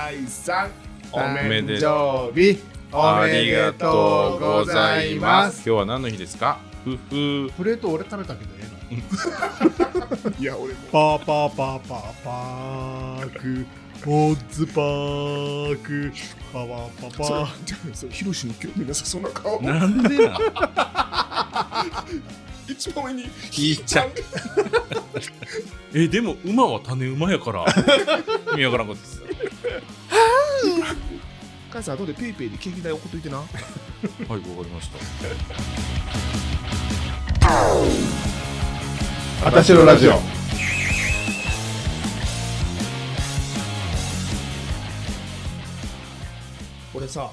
第3お誕めで生日おめでとうございます。 今日は何の日ですか？ふふ。 プレート俺食べたけどいや俺もパーパーパーパーパークオッズパークパワーパパーそれヒロシに興味なさそうな顔なんでな一番上に聞いちゃうでも馬は種馬やから意味わからんことです母さん後でペイペイでケーキ代送っといてなはい、わかりました。 あたしろラジオ。 俺さ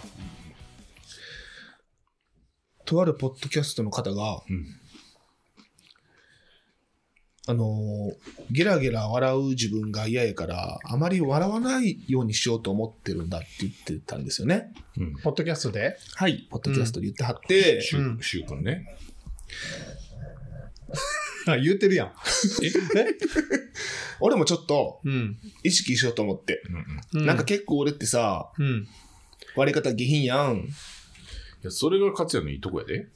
とあるポッドキャストの方が、ゲラゲラ笑う自分が嫌やからあまり笑わないようにしようと思ってるんだって言ってたんですよね。 ポッドキャストではいポッドキャストで言ってはって、 しゅうくんね。 あ言ってるやん。 俺もちょっとうん意識しようと思って、 うんなんか結構俺ってさうん割り方下品やん。 いや、それが勝也のいいとこやで。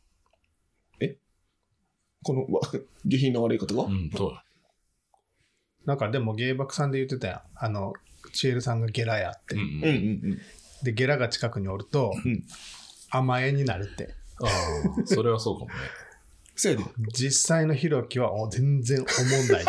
この下品な悪い方が、 そう。 なんかでもゲイバクさんで言ってたやん。チエルさんがゲラやって、でゲラが近くにおると、甘えになるって。 ああ、それはそうかもね。 そうやで。 実際のヒロキは全然思んないって。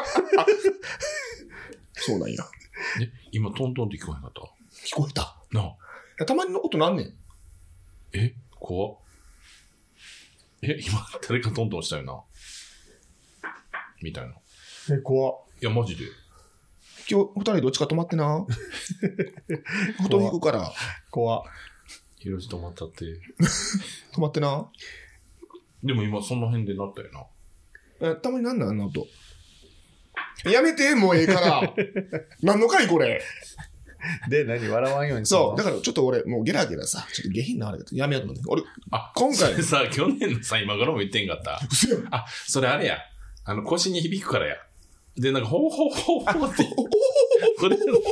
そうなんや。 今トントンって聞こえなかった聞こえた。 なあ。 たまにの音なんねん。 怖っ。今誰かトントンしたよなみたいな。 怖っ。 いやマジで今日二人どっちか止まってな。布団引くから怖っ。 ヒロシ止まったって止まってな。 でも今その辺でなったよな。 たまになんなんあんな音。やめてもうええからなんのかいこれ。 で何笑わんようにするの。 そうだからちょっと俺もうゲラゲラさちょっと下品なあれだとやめようと思って俺今回それさ去年のさ今頃も言ってんかった。それあれや腰に響くからやでなんかほうほうほうほうってそれ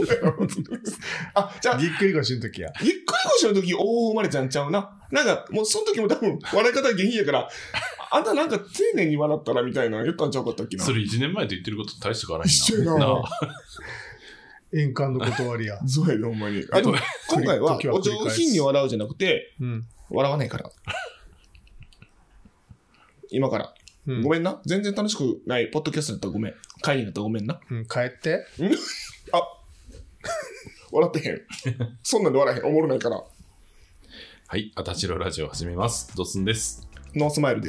じゃあぎっくり腰の時や。 ぎっくり腰の時生まれちゃんちゃうな。なんかもうその時も多分笑い方下品やからあんたなんか丁寧に笑ったらみたいな言ったんちゃうかったっけな。 それ1年前と言ってること大して変わらへんな。 一緒やな。 円環の断りや。 そうやでほんまに。でも今回はお上品に笑うじゃなくて、笑わないから今から、ごめんな全然楽しくないポッドキャストだったらごめん会議だったらごめんな、 帰って笑ってへんそんなんで笑えへんおもろないから。 はい、あたしろラジオ始めます。ドスンです。 ノースマイルです。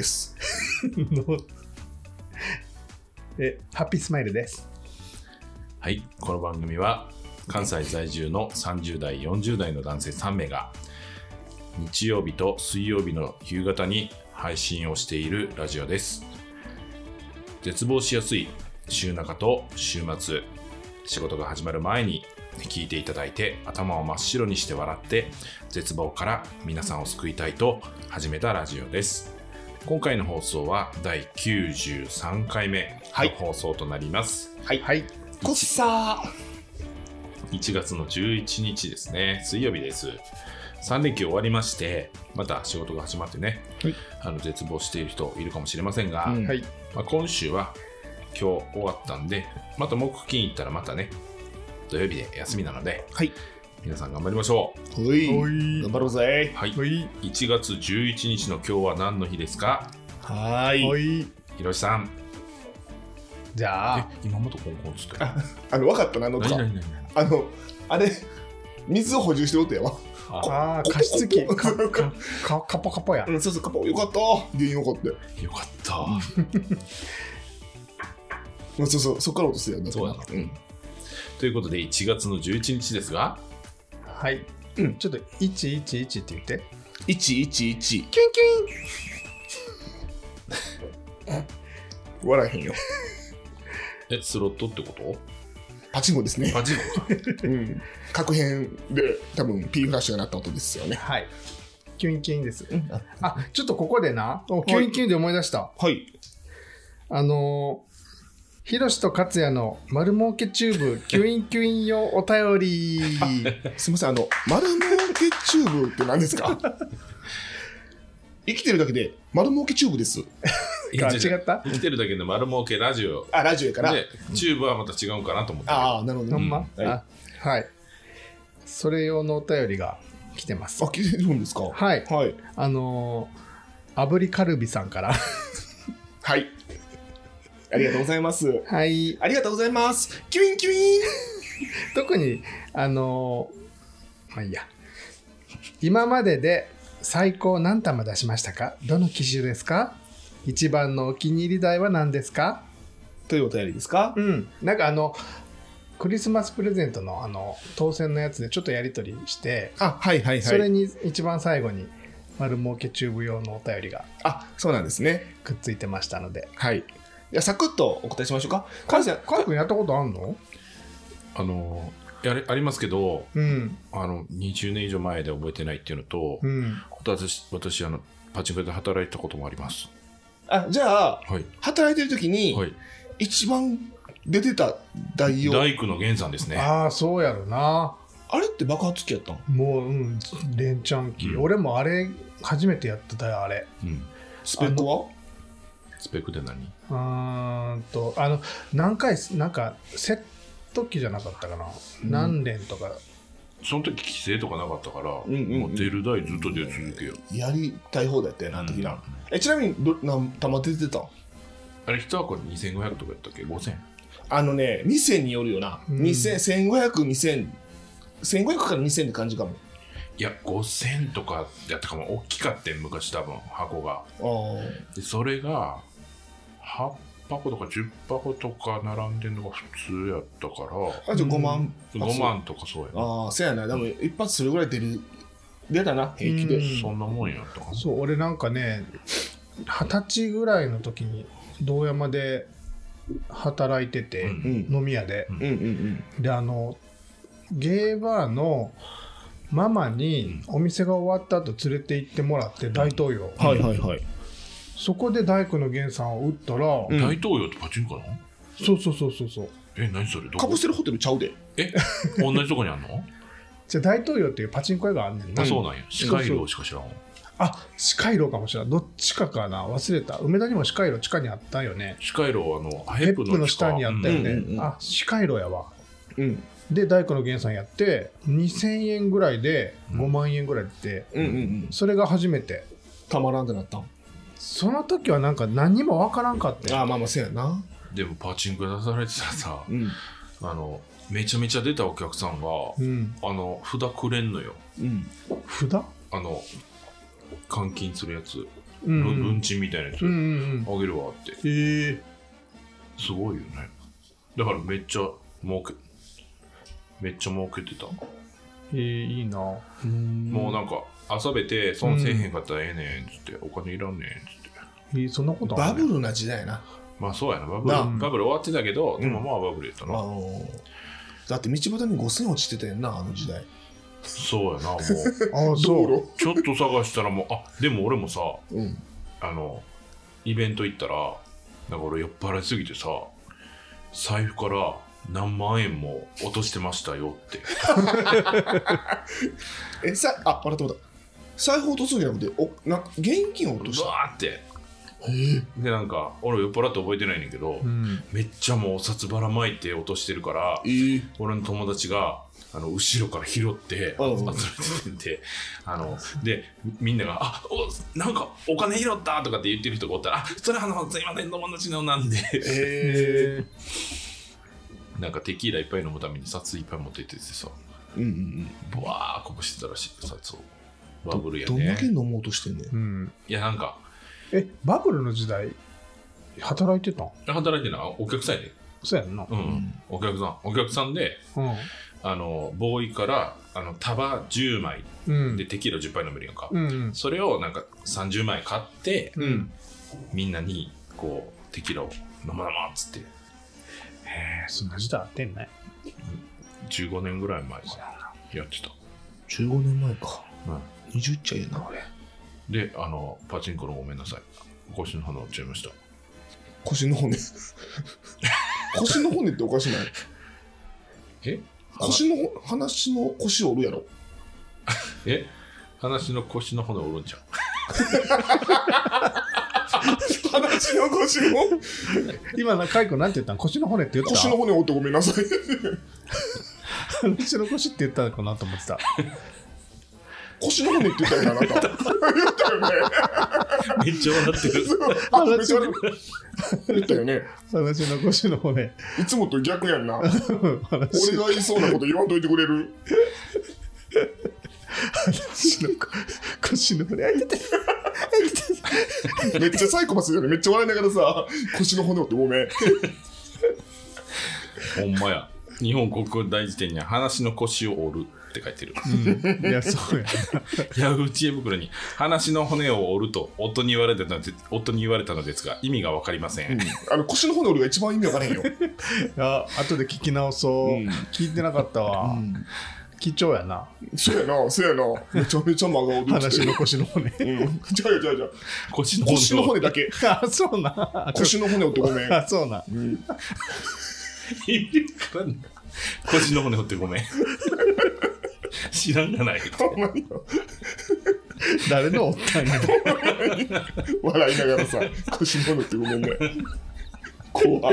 ハッピースマイルです。 はい、この番組は関西在住の30代40代の男性3名が日曜日と水曜日の夕方に配信をしているラジオです。絶望しやすい週中と週末、仕事が始まる前に聞いていただいて頭を真っ白にして笑って絶望から皆さんを救いたいと始めたラジオです。今回の放送は第93回目の放送となります。 はいはい。こっさー1月の11日ですね、水曜日です。3連休終わりましてまた仕事が始まってね、絶望している人いるかもしれませんが、今週は今日終わったんでまた木金行ったらまたね土曜日で休みなので、皆さん頑張りましょう。 頑張ろうぜ。 1月11日の今日は何の日ですか？ひろしさん。 じゃあ今もとコンコンつって分かったな。あれ水を補充しておったやわ。 加湿器カポカポや。 そうそうカポよかった原因よかったよかったそうそっから落とすやんだ。 そうだな、ということで1月の11日ですがちょっと111って言って 111キュンキュン笑えへんよ。 スロットってこと？ パチンコですね。 パチンコか確変で多分 P フラッシュが鳴った音ですよね。 キュンキュンです。ちょっとここでなキュンキュンで思い出した。 ひろしと勝也の丸儲けチューブキュインキュイン用お便り。 すみません、丸儲けチューブって何ですか？生きてるだけで丸儲けチューブです。 いや違った生きてるだけの丸儲けラジオあ、ラジオやから。 で、チューブはまた違うかなと思って。 ああ、なるほどね。 ほんま、 はい。 あ、はい。それ用のお便りが来てます。 あ、来てるんですか？ はい。 はい。 炙りカルビさんから。 はい。ありがとうございます。 はい。 ありがとうございます。キュインキュイン。 特に、まあいいや。今までで最高何玉出しましたか？どの機種ですか？一番のお気に入り台は何ですか？ というお便りですか？ うん。なんかクリスマスプレゼントの当選のやつでちょっとやり取りして、 あ、はいはいはい。 それに一番最後に丸儲けチューブ用のお便りがあ、そうなんですね。 くっついてましたので。 はい。じゃあサクッとお答えしましょうか。 カさん、 イ君やったことあんの？ ありますけど、 うん。 20年以上前で覚えてないっていうのと、 うん。 私パチンコ屋で働いたこともあります。 あ、じゃあ、 はい。 働いてる時に、 はい。 一番出てた台を、 大工の源さんですね。 ああ、そうやろな。 あれって爆発機やったん？ もう、連チャン機。 うん俺もあれ、初めてやってたよ、あれ。 うん。 スペックは？ スペックで何？ 何回、なんか、セット機じゃなかったかな。何連とか。 その時規制とかなかったから、 うんうんうんもう出る台ずっと出続けよ。 やりたい放題やったよな、あの時な。ちなみに何玉出てたん？ あれ、一箱2500とかやったっけ？ 5000？ 2000によるよな。 うん 2000、1500、2000、1500から2000って感じかも。 いや、5000とかやったかも。大きかったよ、昔多分、箱が。 あで、それが、8箱とか10箱とか並んでんのが普通やったから、 あ。じゃあ5万。 5万とかそうやな。 ああ、せやな。でも一発それぐらい出たな、平気で。 うんそんなもんやったかな。 そう、俺なんかね、20歳ぐらいの時に、堂山で働いてて、 うんうん。 飲み屋で。 うんうんで、ゲーバーのママにお店が終わった後連れて行ってもらって大東洋、 うん。はいはいはい。 そこで大工の源さんを打ったら、 うん大東洋ってパチンコなの？ そう何それ？どこかぶせるホテルちゃうで。 同じとこにあんの？ じゃあ大東洋っていうパチンコ屋があんねんな、 あ、そうなんや。スカイローしか知らんわ。 あ、スカイローかもしれない。どっちかかな、忘れた。梅田にもスカイロー地下にあったよね。 スカイローヘップの下にあったよね、 うんうんうんあ、スカイローやわ。 うん。 で大工の源さんやって2000円ぐらいで5万円ぐらいで、 うんうんうん。 それが初めて。 たまらんってなったん？ その時はなんか何にもわからんかったよ。 ああ、まあまあ、せやな。 でもパチンコ出されてたらさ、 うん。 めちゃめちゃ出たお客さんが、 うん、 札くれんのよ。 うん。 札、 換金するやつ、 うんうん文鎮みたいなやつ、 うんうんうん、 あげるわって。すごいよね。だからめっちゃ儲けてた。 いいな。 もうなんか遊べて損せえへんかったらええねんっつって、お金いらんねんっつって。 そんなことあるね。 バブルな時代やな。 まあそうやな、バブなあル終わってたけど、でもまあバブルやったな。 だって道端に5000落ちてたやんな、あの時代。 そうやな、もうあ、そう。 ちょっと探したらもう、でも俺もさ、 うん。 イベント行ったら、なんか俺酔っ払いすぎてさ、財布から何万円も落としてましたよって。 あれと思った。財布落とすんじゃなくて、現金を落とした。 わーって。で、なんか、俺酔っ払って覚えてないねんけど、 うん、 めっちゃもうお札ばらまいて落としてるから、俺の友達が、後ろから拾って集めてて、で、みんなが、なんかお金拾ったとかって言ってる人がおったら、それすいません、友達のなんで。なんかテキーラいっぱい飲むために札いっぱい持って行っててさ、ブワーこぼしてたらしい札を。バブルやね。 どんだけ飲もうとしてんねん。 うん、 いや、なんか。 バブルの時代、働いてたん？ 働いてんのお客さんやで。 そうやんな。 うん。お客さんで、ボーイから束10枚でテキーラ10杯飲めるやんか、それをなんか30枚買って、みんなにこうテキーラを飲まなまっつって。 そんな時代あってんね。 15年ぐらい前かなやってた。 15年前か。20っちゃええな、俺。 で、パチンコのごめんなさい。腰の花折っちゃいました。 腰の骨。 腰の骨っておかしない？ え話の腰折るやろ。 話の腰の骨折るんちゃう？ 話の腰の今な、カイ君なんて言ったん？腰の骨って言った？ 腰の骨折ってごめんなさい。 話の腰って言ったのかなと思ってた。 腰の骨って言ったよね、あなた。言ったよね。 めっちゃ笑ってる。 めっちゃ言ったよね。 話の腰の骨。 いつもと逆やんな。俺が言いそうなこと言わんといてくれる？ 話の腰の骨。 めっちゃサイコパスよね。めっちゃ笑いながらさ、腰の骨折ってごめん。 ほんまや。日本国語大辞典には話の腰を折るって書いてる。 いや、そうやヤフー知恵袋に話の骨を折ると夫に言われたのですが意味が分かりません。 腰の骨折るが一番意味わからへんよ。 な。後で聞き直そう。聞いてなかったわ。貴重やな。 そうやな。めちゃめちゃ真顔で言って話の腰の骨。 じゃあ。 腰の骨だけ。 あ、そうな。 腰の骨折ってごめん。 あ、そうな。 意味分からん。腰の骨折ってごめん。知らんがない。 誰のおったんや。 笑いながらさ、腰の骨ってごめんね。怖っ。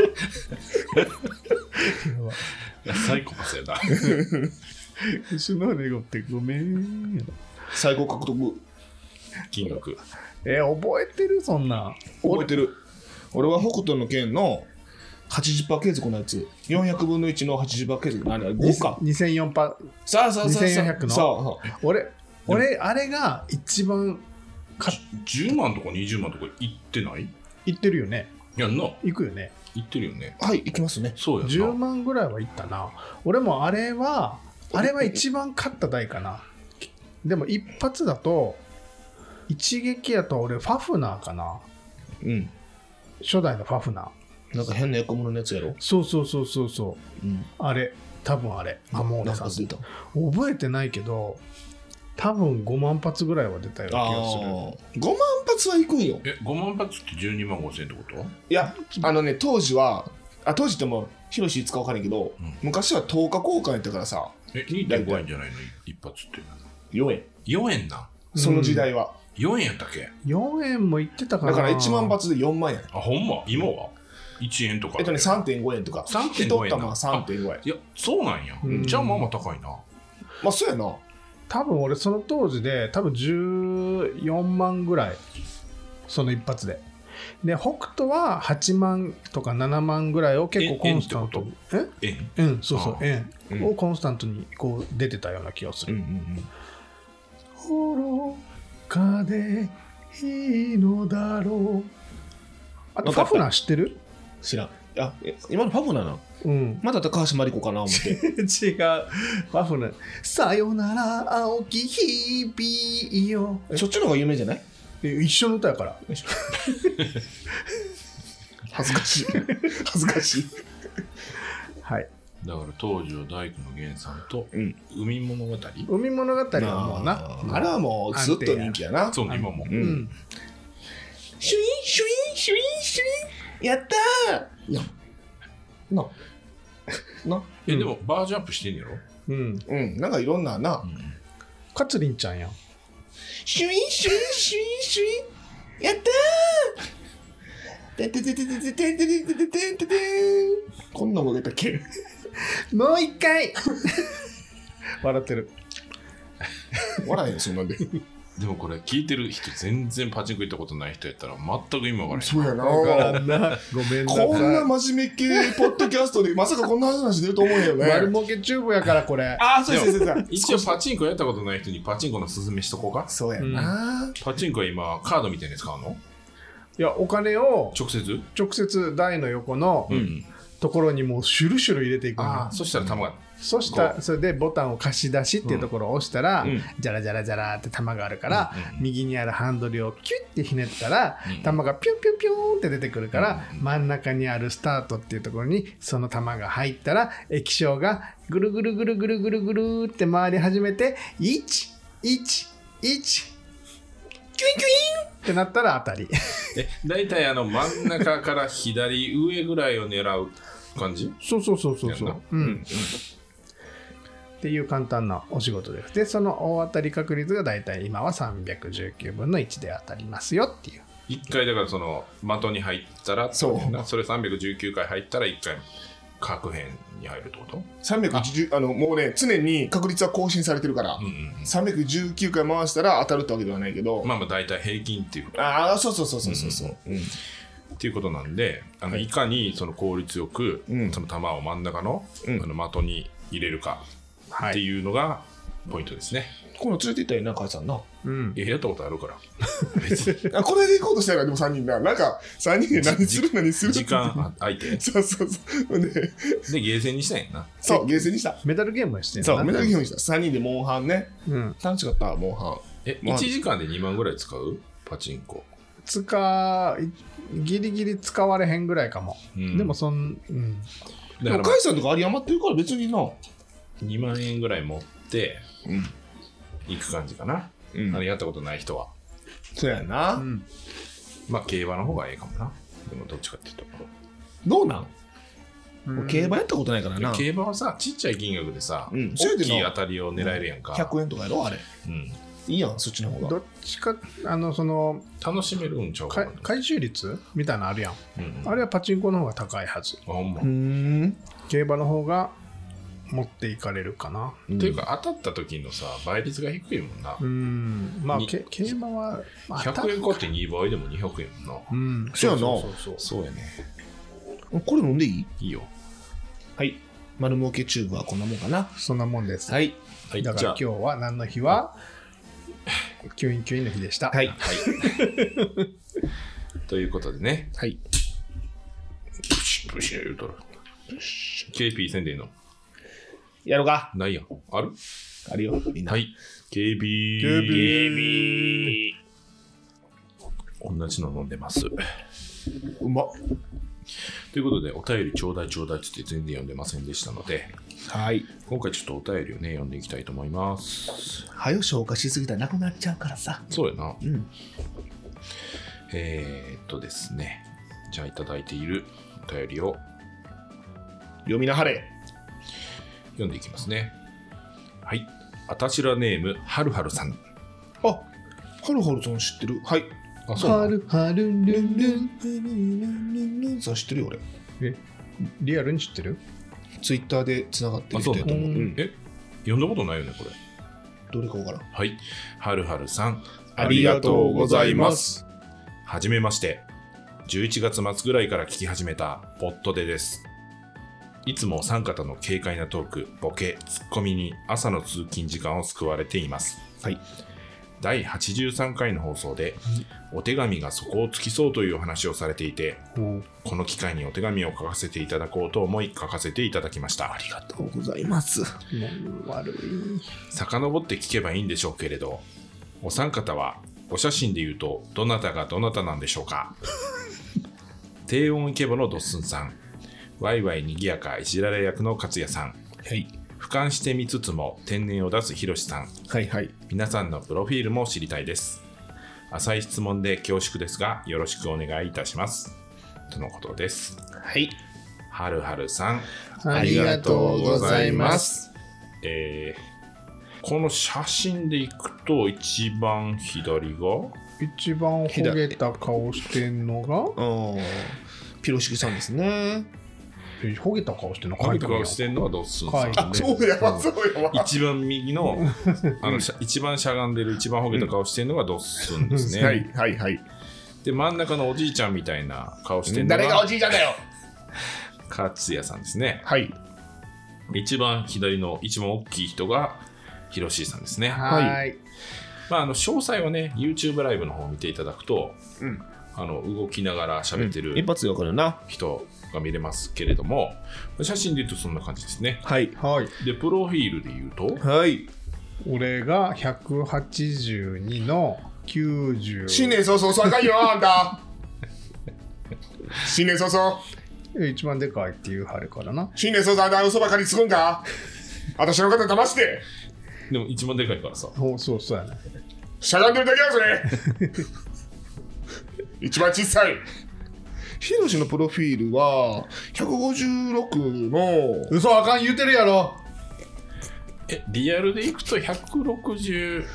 サイコパスやな。 腰の骨折ってごめん。 最高獲得金額。 覚えてるそんな。 覚えてる。俺は北斗の拳の80%継続のやつ。400分の1の80%継続。何あれ ?5 か。 2004パ。 さあ。 2400の。俺、あれが一番 10万とか20万とかいってない？ 行ってるよね。 やんな。 行くよね。 いってるよね。 はい、行きますね。 そうやな。 10万ぐらいは行ったな。俺もあれは一番勝った台かな。でも一発だと、一撃やと俺ファフナーかな。 うん。 初代のファフナー。 なんか変な横物のやつやろ。 そう。あれ、多分あれ。もうね、覚えてないけど、多分5万発ぐらいは出たような気がする。 5万発は行くんよ。 5万発って12万5千円ってこと？ いや、当時ってもヒロシいつか分からんけど、昔は10日交換やったからさ。 2.5 円じゃないの一発って。 4円。 4円な。 その時代は。 4円やったっけ ？4円も言ってたかな。 だから1万発で4万円。 あ、ほんま今は1円とか。 3.5 円とか。 3.5円な。 1玉 3.5 円。 いや、そうなんや。じゃあまあまあ高いな。 まあそうやな。 多分俺その当時で多分14万ぐらい。その一発で。で、北斗は8万とか7万ぐらいを結構コンスタントに。円、円をコンスタントにこう出てたような気がする。愚かでいいのだろう。あとファフナー知ってる？ 知らん。今のファフナーな。まだ高橋真理子かな思って。 違う。ファフナー。さよなら青き日々よ。 そっちの方が有名じゃない？ 一緒の歌やから。 恥ずかしい。はい。 だから東條大工の源さんと海物語。 海物語はもうな。 あれはもうずっと人気やな。 そう、今も。 シュインやったーでもバージョンアップしてんやろ？ なんかいろんなな。 カツリンちゃんやん。 シュインやったーこんなの出たっけ？ もう一回笑ってる。 笑えよ、そんなんで。 でもこれ聞いてる人全然パチンコ行ったことない人やったら全く今分からへん。 そうやな。 ごめんなさい。 こんな真面目系ポッドキャストでまさかこんな話出ると思うよね。 丸儲けチューブやからこれ。 そうです。 一応パチンコやったことない人にパチンコのすすめしとこうか。 そうやな。 パチンコは今カードみたいに使うの？ いや、お金を直接台の横のところにもうシュルシュル入れていくの。 そしたら玉が。 それでボタンを貸し出しっていうところを押したら、ジャラジャラジャラって玉があるから、右にあるハンドルをキュッてひねったら、玉がピュンピュンピュンって出てくるから、真ん中にあるスタートっていうところにその玉が入ったら、液晶がぐるぐるぐるぐるぐるぐるって回り始めて、1、1、1、キュインキュインってなったら当たり。 だいたい真ん中から左上ぐらいを狙う感じそうそうそうそうやんな。 っていう簡単なお仕事です。で、その大当たり確率がだいたい今は319分の1で当たりますよっていう。 1回だからその的に入ったらそうそれ319回入ったら1回確変に入るってこと？ 310もうね常に確率は更新されてるから、 うんうんうん、 319回回したら当たるってわけではないけど、 まあまあ大体平均っていうことああそうそうそうそうそう、 っていうことなんではいいかにその効率よく、 うんその球を真ん中の,、 うん的に入れるかってはい。 いうのがポイントですね。 この連れて行ったよな母さんな。 うん。 やったことあるから別にあこれで行こうとしたらでも3人だなんか3人で何する何する時間空いてそうそうそうででゲーセンにしたんやな。 そうゲーセンにした。 メダルゲームをしてるそうメダルゲームにした3人でモンハンねうん。 楽しかったモンハ 1時間で2万ぐらい使うパチンコ、 ギリギリ使われへんぐらいかも。 うんでもうん。 ンだから、 でも甲斐さんとか有り余ってるから別にな 2万円ぐらい持ってうん行く感じかな、 うんやったことない人は。 そうやな、 うん。 まあ競馬の方がええかもな。でもどっちかっていうと、 どうなん、 うん競馬やったことないからな競馬はさちっちゃい金額でさ、 うん大きい当たりを狙えるやんか、 100円とかやろあれうん、 いいやんそっちの方がどっちか、その、 楽しめるんちゃうかな。 回収率みたいなのあるやん。 うん、 あれはパチンコの方が高いはず。 ほんま、 ん競馬の方が持っていかれるかな。 っていうか当たった時のさ倍率が低いもんな、 まあ、 に競馬は、まあ 100円買って2倍でも200円もんな。 うん。 そうやなそう。 そうやね。 これ飲んでいい？ いいよ。 はい丸儲けチューブはこんなもんかな。 そんなもんです。 はいはい、 だからじゃあ今日は何の日は、キュインキュインの日でした。 はいということでね、 はいプシュ言うとる。KP せんでいいのやろうか。 ないやん。ある？ あるよみんな。 はい。KP。 KB 同じの飲んでます。 うまっ。 ということで、お便りちょうだいちょうだいって言って全然読んでませんでしたので、 はい今回ちょっとお便りをね、読んでいきたいと思います。 はよ消化しすぎたらなくなっちゃうからさ。 そうやな。 うんですね。じゃあいただいているお便りを読みなはれ。 読んでいきますね。はい。あたしらネーム、はるはるさん。 あはるはるさん知ってる。はいあ、そうなの？ はるんるんるん。 さあ知ってるよ俺。 リアルに知ってる？ ツイッターでつながってる人やと思う。 あそうなのうんえ、読んだことないよね、これ。 どれかわからん。 はい。はるはるさん。 ありがとうございます。 はじめまして。11月末ぐらいから聞き始めたポットでです。いつも三方の軽快なトーク、ボケ、ツッコミに朝の通勤時間を救われています。 はい。 第83回の放送で、お手紙が底をつきそうという話をされていて、この機会にお手紙を書かせていただこうと思い書かせていただきました。 ありがとうございます。 もう悪い。 遡って聞けばいいんでしょうけれど、お三方はお写真で言うとどなたがどなたなんでしょうか？低音イケボのドッスンさん、ワイワイにぎやかいじられ役の勝也さん、 はい俯瞰してみつつも天然を出すひろしさん、 はいはい。 皆さんのプロフィールも知りたいです。浅い質問で恐縮ですがよろしくお願いいたします。とのことです。 はい。 はるはるさん、 ありがとうございます。 この写真でいくと一番左が一番焦げた顔してんのが、 ピロシキさんですね。 焦げた顔してんのハル書いてるやんカをしてんのはドッスンさんで、 あ、そうやわ、そうやわ。 一番右の一番しゃがんでる一番ほげた顔してるのがドッスンですね、 はいはいはい。 で真ん中のおじいちゃんみたいな顔してるの誰がおがじいちゃんだよ。 勝也さんですね。 はい。 一番左の一番大きい人がヒロシーさんですね。 はーい。 詳細はね YouTube ライブの方を見ていただくと、 うん動きながら喋ってる一発でわかるな。 人が見れますけれども、写真で言うとそんな感じですね。 はい。 はい。 でプロフィールで言うとはい。 俺が182の90。 新年早々遅あかんよ、あんた。新年早々。 一番でかいって言うはるからな。 新年早々あんた嘘ばかりつくんか。私の方騙して。 でも一番でかいからさ、 そうやね。 しゃがんでるだけやそれ。一番小さい。 ヒロシのプロフィールは156の嘘あかん言うてるやろ。 リアルでいくと 164？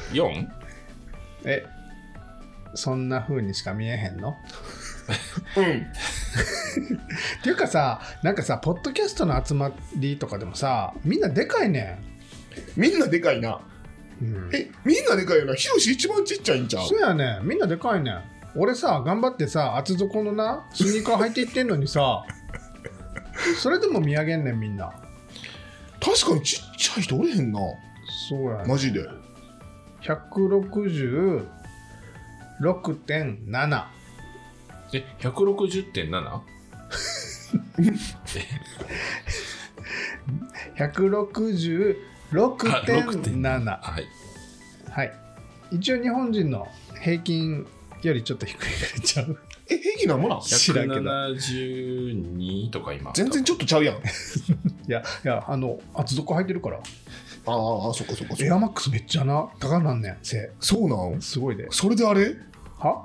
そんな風にしか見えへんの？ うんっていうかさ、なんかさ、ポッドキャストの集まりとかでもさ、みんなでかいねみんなでかいな。 ん。うん、 みんなでかいよな。ヒロシ一番ちっちゃいんちゃう？ そうやねん、みんなでかいねん。俺さ、頑張ってさ、厚底のな、スニーカー履いていってんのにさ、それでも見上げんねん、みんな。 確かにちっちゃい人おれへんな。 そうやねん。 マジで。 166.7。 160.7？ 166.7。 はい。 はい。一応日本人の平均よりちょっと低いからちゃう。 平均なんもな。 知らんけど。 172とか今。 全然ちょっとちゃうやん。 いや、厚底履いてるから。 あ、そっかそっか。 エアマックスめっちゃな、高なんねん、背。 そうなん？ すごいで。 それであれ？ は？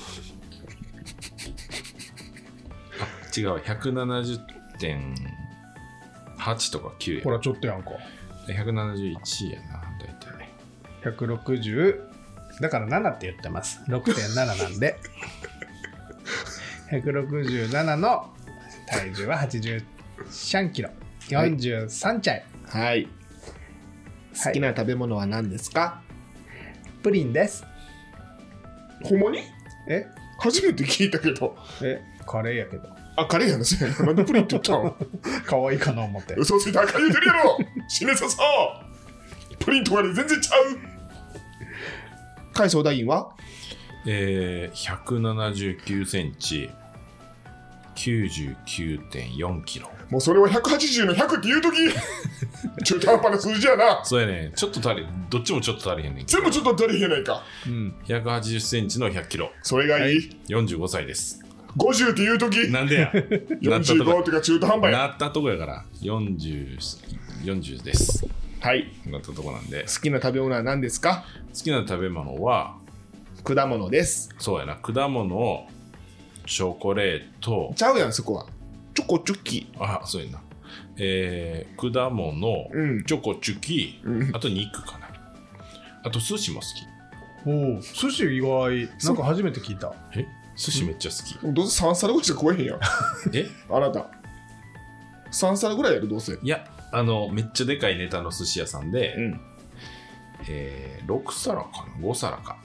違う、170.8 とか9や。 ほら、ちょっとやんか。 171やな、大体。 160。だから7って言ってます。6.7 なんで。167の体重は83キロ。43歳。 はい。好きな食べ物は何ですか？ プリンです。 ほんまに？ え？ 初めて聞いたけど。 カレーやけど。 あ、カレーやな、そうやな。なんでプリンって言ったの？ 可愛いかな思って。 嘘ついたらあかん言うてるやろ。死ねささ。プリンとかで全然ちゃう。海藻大員は 179センチ、99.4 キロ。 もうそれは180の100って言うとき。中途半端な数字やな。 そうやね。どっちもちょっと足りへんねんけど。 全部ちょっと足りへんないか。 うん。 180センチの100キロ。 それがいい。 45歳です。 50って言うとき。 なんでや。 45ってか中途半端や。 なったとこやから、40です。 はい。 なったとこなんで。 好きな食べ物は何ですか？ 好きな食べ物は、 果物です。 そうやな。果物、チョコレート。 ちゃうやん、そこは。チョコチョキ。 あ、そうやな。果物、 うんチョコチュキ、 うんあと肉かな。あと寿司も好き。 おお、寿司意外。なんか初めて聞いた。 寿司めっちゃ好き。 どうせ3皿ぐらいしか食えへんやん。あなた。3皿ぐらいやる、どうせ。 いや、めっちゃでかいネタの寿司屋さんで、 ん。 6皿かな ?5 皿か。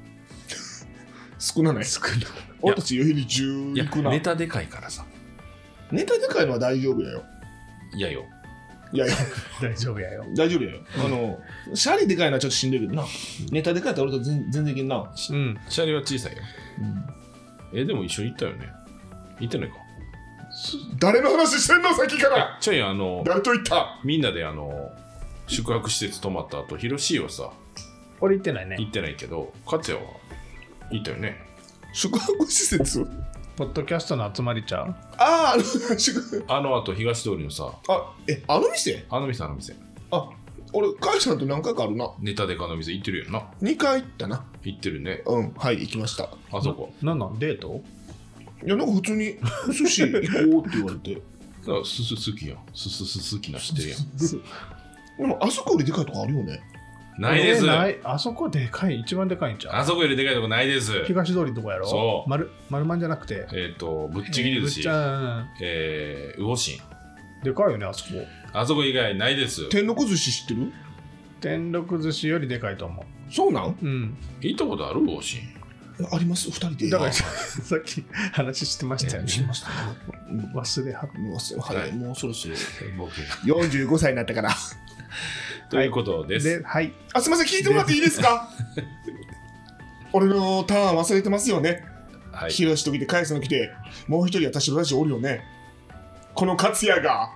少なない。 少ない。 俺たち余裕に10 いやいくな。 ネタでかいからさ。 ネタでかいのは大丈夫やよ。 いやよ。 いやいや、 大丈夫やよ。 大丈夫やよ。シャリでかいのはちょっとしんどいけどな。ネタでかいって俺と全然いけんな。 うん。 シャリは小さいよ。でも一緒に行ったよね。行ってないか。 誰の話してんのさっきから。 ちょい誰と言った？ みんなで宿泊施設泊まった後、ヒロシーはさ、 俺行ってないね。 行ってないけど、勝也は行ったよね。 宿泊施設？ ポッドキャストの集まりちゃう？ ああ、 あの後、東通りのさ、 あの店？ あの店。 あ、俺、会社なんて何回かあるな。 ネタでかの店行ってるよな。 2回行ったな。 行ってるね。 うん、はい、行きました。 あそこ。 なんデート？ いや、なんか普通に寿司行こうって言われて。 だからす好きやん。す好きな知ってるやん。 でも、あそこよりでかいとこあるよね。 ないです。 ない。あそこでかい、一番でかいんちゃう？ あそこよりでかいとこないです。 東通りのとこやろ？ そう丸まんじゃなくて。 ぶっちぎり寿司。 ぶっちゃ魚心。 でかいよね、あそこ。 あそこ以外ないです。 天禄寿司知ってる？ 天禄寿司よりでかいと思そうなん？ う。うん。 行ったことある魚心。 あります、2人で。 だからさっき話してましたよね。 しましたね。 忘れはっはい、もうそろそろ僕 45歳になったから。 ということです。 で、はい。 あ、すみません、聞いてもらっていいですか？俺のターン忘れてますよね。 はい。 ヒロシと来て、カイさんが来て、もう一人私のラジオおるよね。この勝也が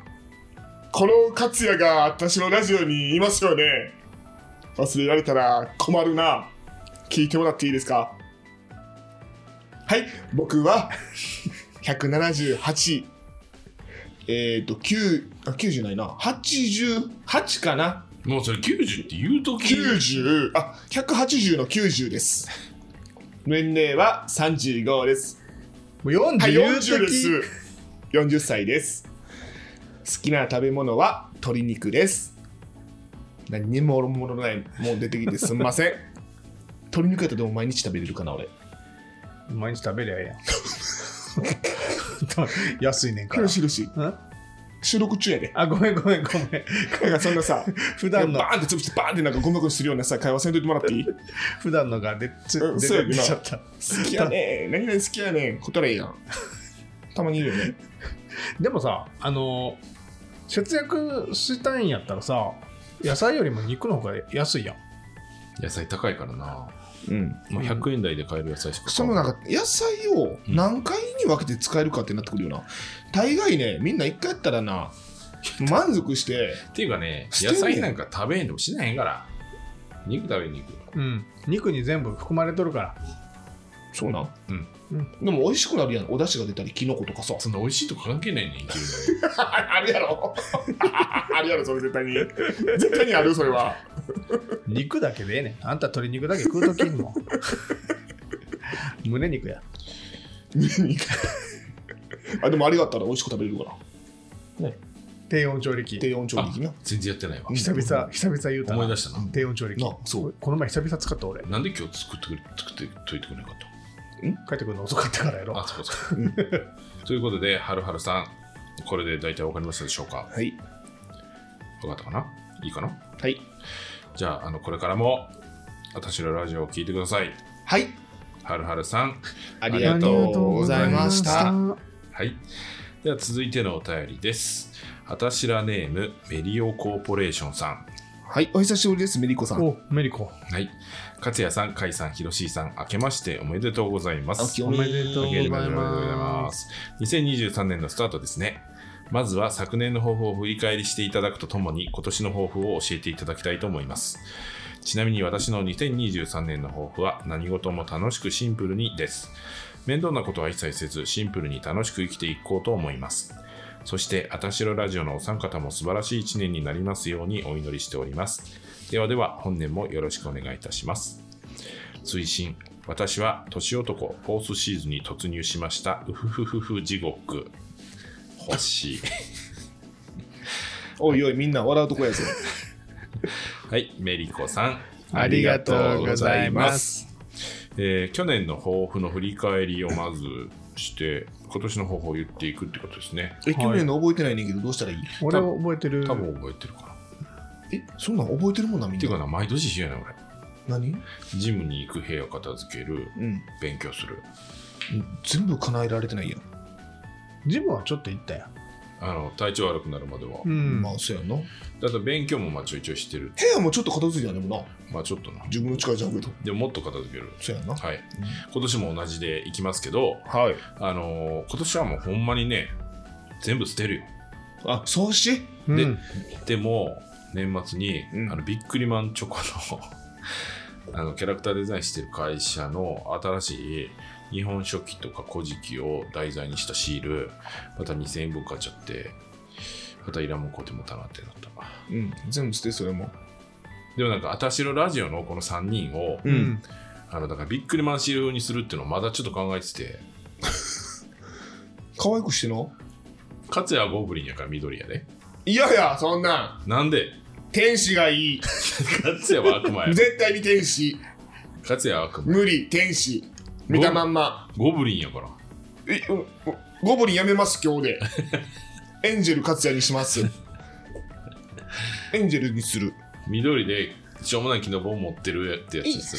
私のラジオにいますよね。忘れられたら困るな。聞いてもらっていいですか？はい、僕は178、90ないな、88かな。 もうそれ90って言うとき。 90、180の90です。年齢は35です。 う40 はい、 言う 40でてす。40歳です。好きな食べ物は鶏肉です。何にも物ないもん出てきてすんません。鶏肉やったらでも毎日食べれるかな、俺。 き毎日食べりゃええやん安いねんから。 ヒロシ。 ん収録中やで。 あ、ごめん。 なんかそんなさ、 普段のバーンって潰してバーンってなんかゴミ箱にするようなさ、会話せんといてもらっていい？ 普段のが出うんそうやてきちゃった。 好きやねん。何々好きやねん。答えいいやん。たまにいるよね。 でもさ、節約したいんやったらさ、野菜よりも肉の方が安いやん。 野菜高いからな。 うん。 もう100円台で買える野菜しかそのなんか野菜を何回に分けて使えるかってなってくるよな。大概ね、みんな一回やったらな、満足して。 っていうかね、 してんねん野菜なんか食べへんでもしないへんから。肉食べに行く。 うん。肉に全部含まれとるから。 そうなん。 うん。 でも美味しくなるやん。お出汁が出たり、キノコとかさ。 そんな美味しいとか関係ないねん、生きるのあるやろ。あるやろ、それ絶対に。絶対にある、それは。 肉だけでええねん。あんた鶏肉だけ食うときんの。胸肉や。 あ、でもあれがあったら美味しく食べれるから。 低温調理器。 低温調理器な。 全然やってないわ。 久々言うたな。 思い出したな。 低温調理器な。そうこの前久々使った俺。 なんで今日作ってといてくれなかっ帰ってくるの遅かったからやろ。 た？あ、そうかそうか。ということで、はるはるさん、これで大体わかりましたでしょうか？ はい。 わかったかな？いいかな？ はい。 じゃあ、これからも、私のラジオを聞いてください。 はい。 はるはるさん、 ありがとうございました。 はい。では続いてのお便りです。あたしらネームメリオコーポレーションさん。 はい、お久しぶりです、メリコさん。 お、メリコ。 はい。勝也さん、甲斐さん、ひろしーさん、明けましておめでとうございます。 おめでとうございます 2023年のスタートですね。まずは昨年の抱負を振り返りしていただくとともに、今年の抱負を教えていただきたいと思います。ちなみに私の2023年の抱負は何事も楽しくシンプルにです。面倒なことは一切せず、シンプルに楽しく生きていこうと思います。そして、あたしろラジオのお三方も素晴らしい一年になりますようにお祈りしております。ではでは、本年もよろしくお願いいたします。追伸、私は年男フォースシーズンに突入しました。うふふふふ地獄。欲しい。 おいおい、みんな笑うとこやぞ。 はい、メリコさん。 ありがとうございます。 去年の抱負の振り返りをまずして、今年の抱負を言っていくってことですね。 去年の覚えてないねんけど、どうしたらいい？ 俺は覚えてる。 多分覚えてるかな。 そんなん覚えてるもんな、みんな。 っていうかな、毎年一緒やねん、俺。 何？ ジムに行く部屋を片付ける、勉強する。 全部叶えられてないやん。 ジムはちょっと行ったやん。 体調悪くなるまでは。 まあ、そうやんな。 だって勉強もまあちょいちょいしてる。 部屋もちょっと片付いてんねんもんな。 まあちょっとな。 自分の力じゃんけど。 でももっと片付ける。 そうやんな。 はい。今年も同じで行きますけど、 はい。 今年はもうほんまにね、全部捨てるよ。 あ、そうし？ でも、年末に、ビックリマンチョコのキャラクターデザインしてる会社の新しい日本書紀とか古事記を題材にしたシール、また2000円分買っちゃって、またいらんもん買うてもたなってなった。 全部捨て、それも。 でもなんか、あたしろラジオのこの3人を、だからビックリマンシールにするっていうのをまだちょっと考えてて。 可愛くしての？ 勝也はゴブリンやから緑やで。 いやいや、そんなん。 なんで？ 天使がいい。 勝也は悪魔や。 絶対に天使。 勝也は悪魔。 無理、天使。見たまんま。 ゴブリンやから。 ゴブリンやめます、今日で。エンジェル勝也にします。エンジェルにする。 緑でしょうもない木の棒持ってるってやつする。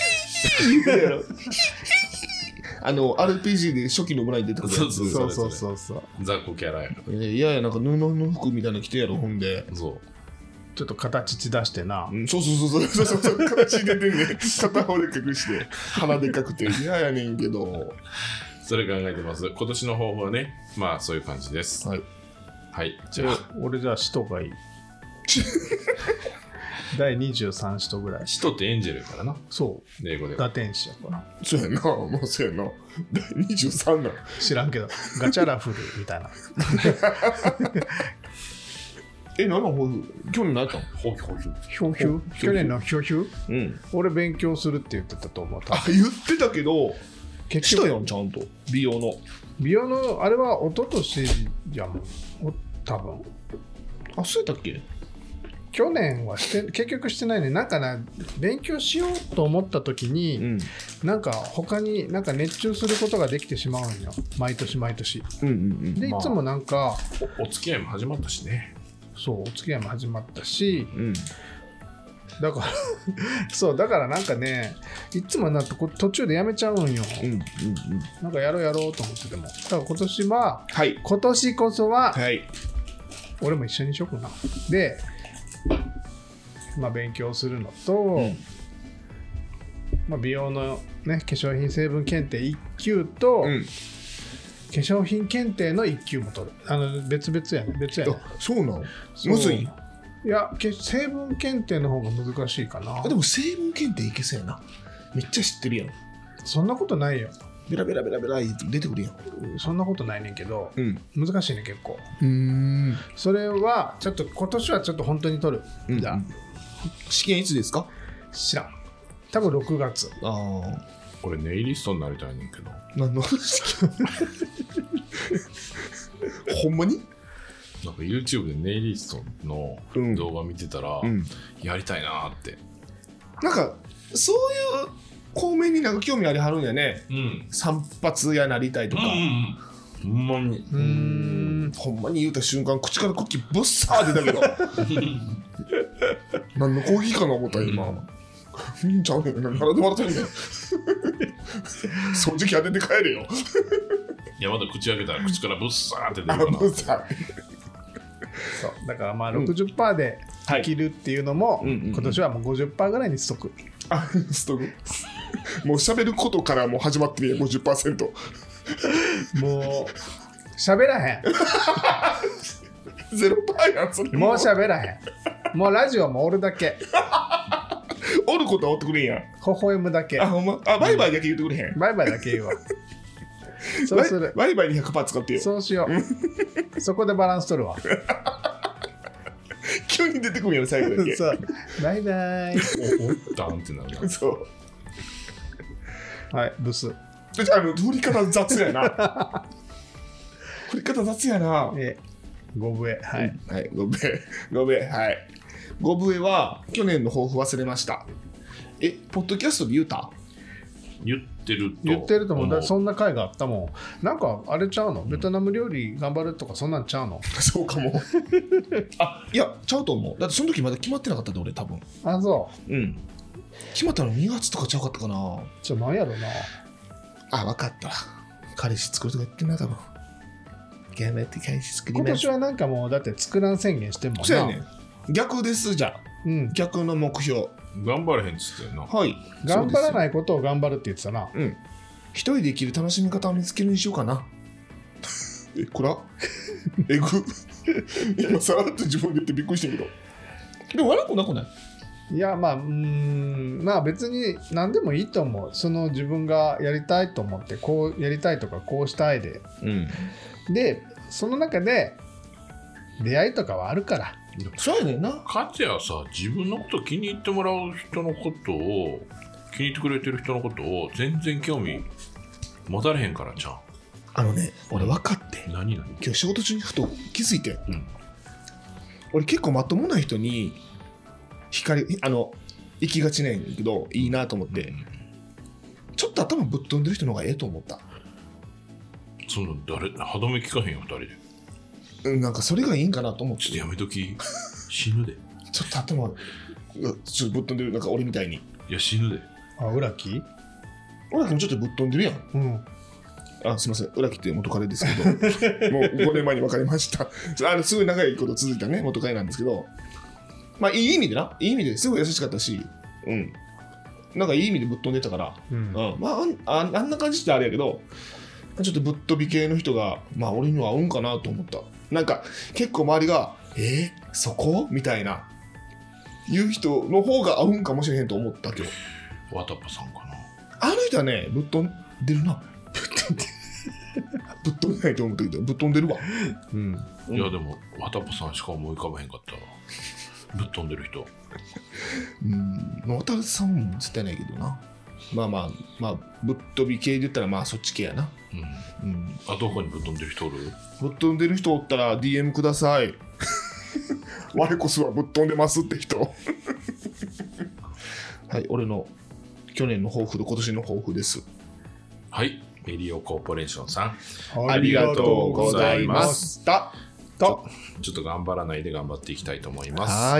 RPG で初期の村に出てくるやつ。 そう。 雑魚キャラやから。 いやいや、なんか布の服みたいなの着てやろ、ほんで。 そう。 ちょっと形ち出してな。 そう。形出てんね。片方で隠して。鼻でかくて嫌やねんけど。 それ考えてます。今年の抱負はね、まあそういう感じです。 はい。 じゃあ。 俺じゃあ使徒がいい。第23使徒ぐらい。 使徒ってエンジェルやからな。 そう。 英語では。 打天使やから。 そうやな。もうそうやな。第23なん。 知らんけど、ガチャラフルみたいな。 何の抱負？去年何やったの？ 去年のひょひゅ？俺勉強するって言ってたと思う。 言ってたけど、 したやんちゃんと美容のあれは一昨年やもん多分。 あ、そうやったっけ？ 去年は結局してないね。なんかな、勉強しようと思った時に、 うんなんか他になんか熱中することができてしまうんよ、毎年毎年。 うんうんでいつもなんか、 お付き合いも始まったしね。 そうお付き合いも始まったし、 うんだからそうだからなんかね、いつもなんか途中でやめちゃうんよ、 うんうんうんなんかやろうと思ってても。だから今年は、 はい今年こそははい俺も一緒にしようかな。で、まあ、勉強するのと、 んまあ、美容の、ね、化粧品成分検定1級と、 うん化粧品検定の1級も取る。別々やね。別やね。 あ、そうなの？ そうむずい？ いや、成分検定の方が難しいかな。 あ、でも成分検定いけそうやな。めっちゃ知ってるやん。 そんなことないよ。 ベラベラベラベラ出てくるやん。 そんなことないねんけど、 うん難しいね結構。 うんそれはちょっと今年はちょっと本当に取る。じゃあ、 試験いつですか？ 知らん。多分6月。 あ俺ネイリストになりたいねんけど。 あ、何の話？ほんまに？ なんか YouTube でネイリストのうん動画見てたら、 うんやりたいなって。 なんかそういう方面になんか興味ありはるんやね。 うん。 散髪やなりたいとか。 ほんまに。 ほんまに言うた瞬間口からクッキーぶっさー出たけど何のコーヒーかな思った今ちゃうねん、何で笑ってんねん掃除機当てて帰れよいや、まだ口開けたら口からブッサーって出あるかぶっさそうだからまあ 60% でできるっていうのも、 うんうんうん今年はもう 50% ぐらいにしとく。 あストックもう喋ることからもう始まってるやん 50% もう喋らへん。 0% やんそれもう喋らへん。もうラジオもおるだけ。 おることはおってくれんやん。 微笑むだけ。 あほんまあバイバイだけ言ってくれへん、 バイバイだけ言うわ。そうする。 バイバイに 100% 使ってよそうしよう。そこでバランス取るわ。 急に出てくるやん最後だけそう。バイバイ。 おったんってなるな。 そうはい、ブス。 振り方雑やな振り方雑やな。 ご笛。はい。 はい、ご笛、はい。ご笛は、去年の抱負忘れました。ポッドキャストで言うた？ 言ってると思う。だそんな回があったもん。なんか、あれちゃうの？ベトナム料理頑張るとか、そんなんちゃうの？ そうかも。あ、いや、ちゃうと思う。だってその時まだ決まってなかったで、俺、多分。 あ、そうん。決まったの2月とかちゃうかったかな。 う。なんやろな。 あ、分かった。彼氏作るとか言ってんな、多分。頑張って彼氏作ります。 今年はなんかもう、だって作らん宣言してんもんな。 そうやねん。逆ですじゃん。 うん。 逆の目標。 頑張れへんっつってんな。 はい。 頑張らい。 ないことを頑張るって言ってたな。 うん。一人で生きる楽しみ方を見つけるにしようかな。こらえぐ今さらっと自分で言ってびっくりしたけど。でも悪くなくない？ いや、まあ、まあ別に何でもいいと思う。その自分がやりたいと思って、こうやりたいとか、こうしたいで。 うん。 で、その中で出会いとかはあるから。 そうやねんな。 かつやさ、自分のこと気に入ってもらう人のことを、気に入ってくれてる人のことを全然興味持たれへんからじゃん。 俺分かって。 何今日仕事中にふと気づいて。 うん。 俺結構まともな人に行きがちなんやけど、いいなと思って。ちょっと頭ぶっ飛んでる人の方がええと思った。 その歯止め聞かへんよ、二人で。 なんかそれがいいんかなと思って。 ちょっとやめとき。死ぬで。 ちょっと頭ちょっとぶっ飛んでる、なんか俺みたいに。 いや、死ぬで。 あ、浦木？ 俺もちょっとぶっ飛んでるやん。 うん。 あ、すみません、浦木って元彼ですけど、もう5年前に別れました。すごい長いこと続いたね、元彼なんですけど、まあいい意味でな、いい意味ですごい優しかったし、うん。なんかいい意味でぶっ飛んでたから、 うん。 まああんな感じってあれやけど、ちょっとぶっ飛び系の人が、まあ俺には合うんかなと思った。なんか結構周りが、そこみたいな、言う人の方が合うんかもしれへんと思ったけど、 わたぱさんかな。 あの人はね、ぶっ飛んでるな。ぶっ飛んでないと思ったけど、ぶっ飛んでるわ。 うん。 いや、でも、わたぱさんしか思い浮かばへんかったわ。ぶっ飛んでる人。 まあ渡さんも絶対ないけどな。 まあまあまあぶっ飛び系で言ったらまあそっち系やな。 うんあ、どこにぶっ飛んでる人おる？ ぶっ飛んでる人おったら DM ください。我こそはぶっ飛んでますって人。はい、俺の去年の抱負と今年の抱負です。 はい、メリオコーポレーションさん、 ありがとうございました。 とちょっと頑張らないで頑張っていきたいと思います。 はい。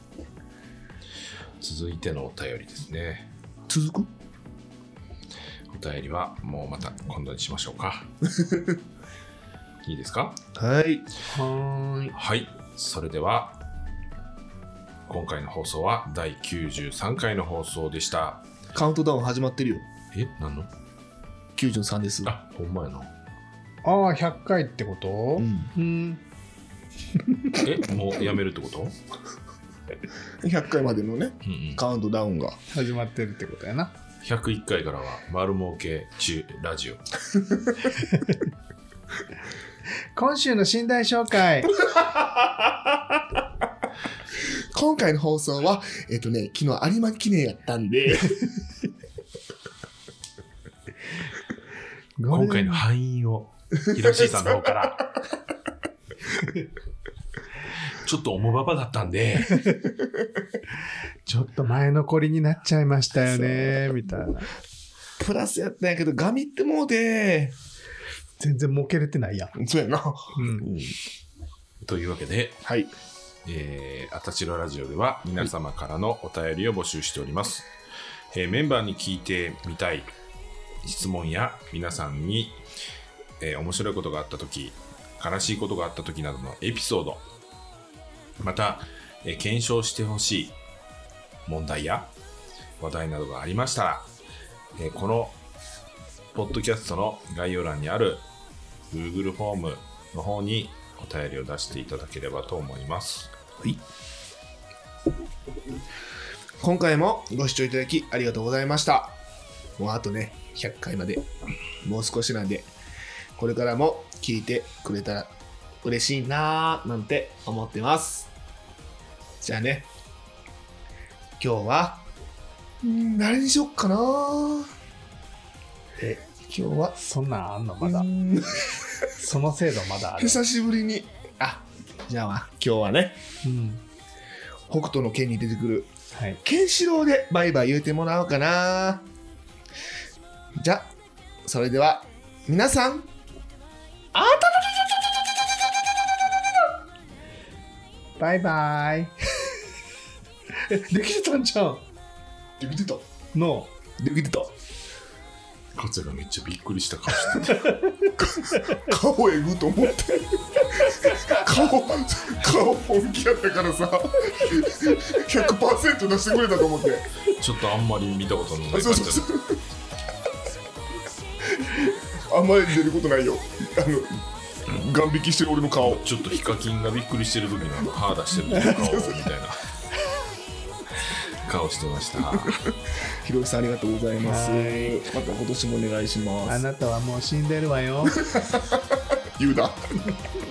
続いてのお便りですね。 続く？ お便りはもうまた今度にしましょうか。いいですか？ はいはーい。 はい、それでは今回の放送は第93回の放送でした。 カウントダウン始まってるよ。 え、何の？ 93です。 あ、ほんまやな。 ああ、100回ってこと？うん。 え、もうやめるってこと？ 100回までのね、 うんうん。 カウントダウンが。 始まってるってことやな。 101回からは丸儲け中ラジオ。 今週の寝台紹介。 今回の放送は、昨日有馬記念やったんで、 今回の敗因を東井さんの方からちょっと重馬場だったんでちょっと前残りになっちゃいましたよねみたいな。 プラスやったんやけど、ガミってもうで、 全然儲けれてないやん。 そうやな。 うん。 というわけで、 はい。 あたちろラジオでは皆様からのお便りを募集しております。メンバーに聞いてみたい質問や皆さんに、面白いことがあったとき、悲しいことがあったときなどのエピソード、また、検証してほしい問題や話題などがありましたら、このポッドキャストの概要欄にある Google フォームの方にお便りを出していただければと思います。 はい。今回もご視聴いただきありがとうございました。もうあとね、100回までもう少しなんで、これからも聞いてくれたら嬉しいなーなんて思ってます。じゃあね、今日は誰にしよっかなー。今日はそんなんあんのまだ。その制度まだある。 久しぶりに、じゃあ今日はね、 うん。 北斗の拳に出てくるはい。 ケンシロウでバイバイ言うてもらおうかな。じゃあそれでは皆さん、 バイバイ。できてたんじゃん。 できてたの。 できてた。 勝也がめっちゃびっくりした顔してた。 顔えぐと思って顔本気やったからさ 100% 出してくれたと思って。 ちょっとあんまり見たことない感じだった。 そうあんまり出ることないよ。ガン引きしてる俺の顔。 ちょっとヒカキンがびっくりしてる時の歯出してる時の顔みたいな顔してました。 ひろしさんありがとうございます。また今年もお願いします。 あなたはもう死んでるわよ。 言うだ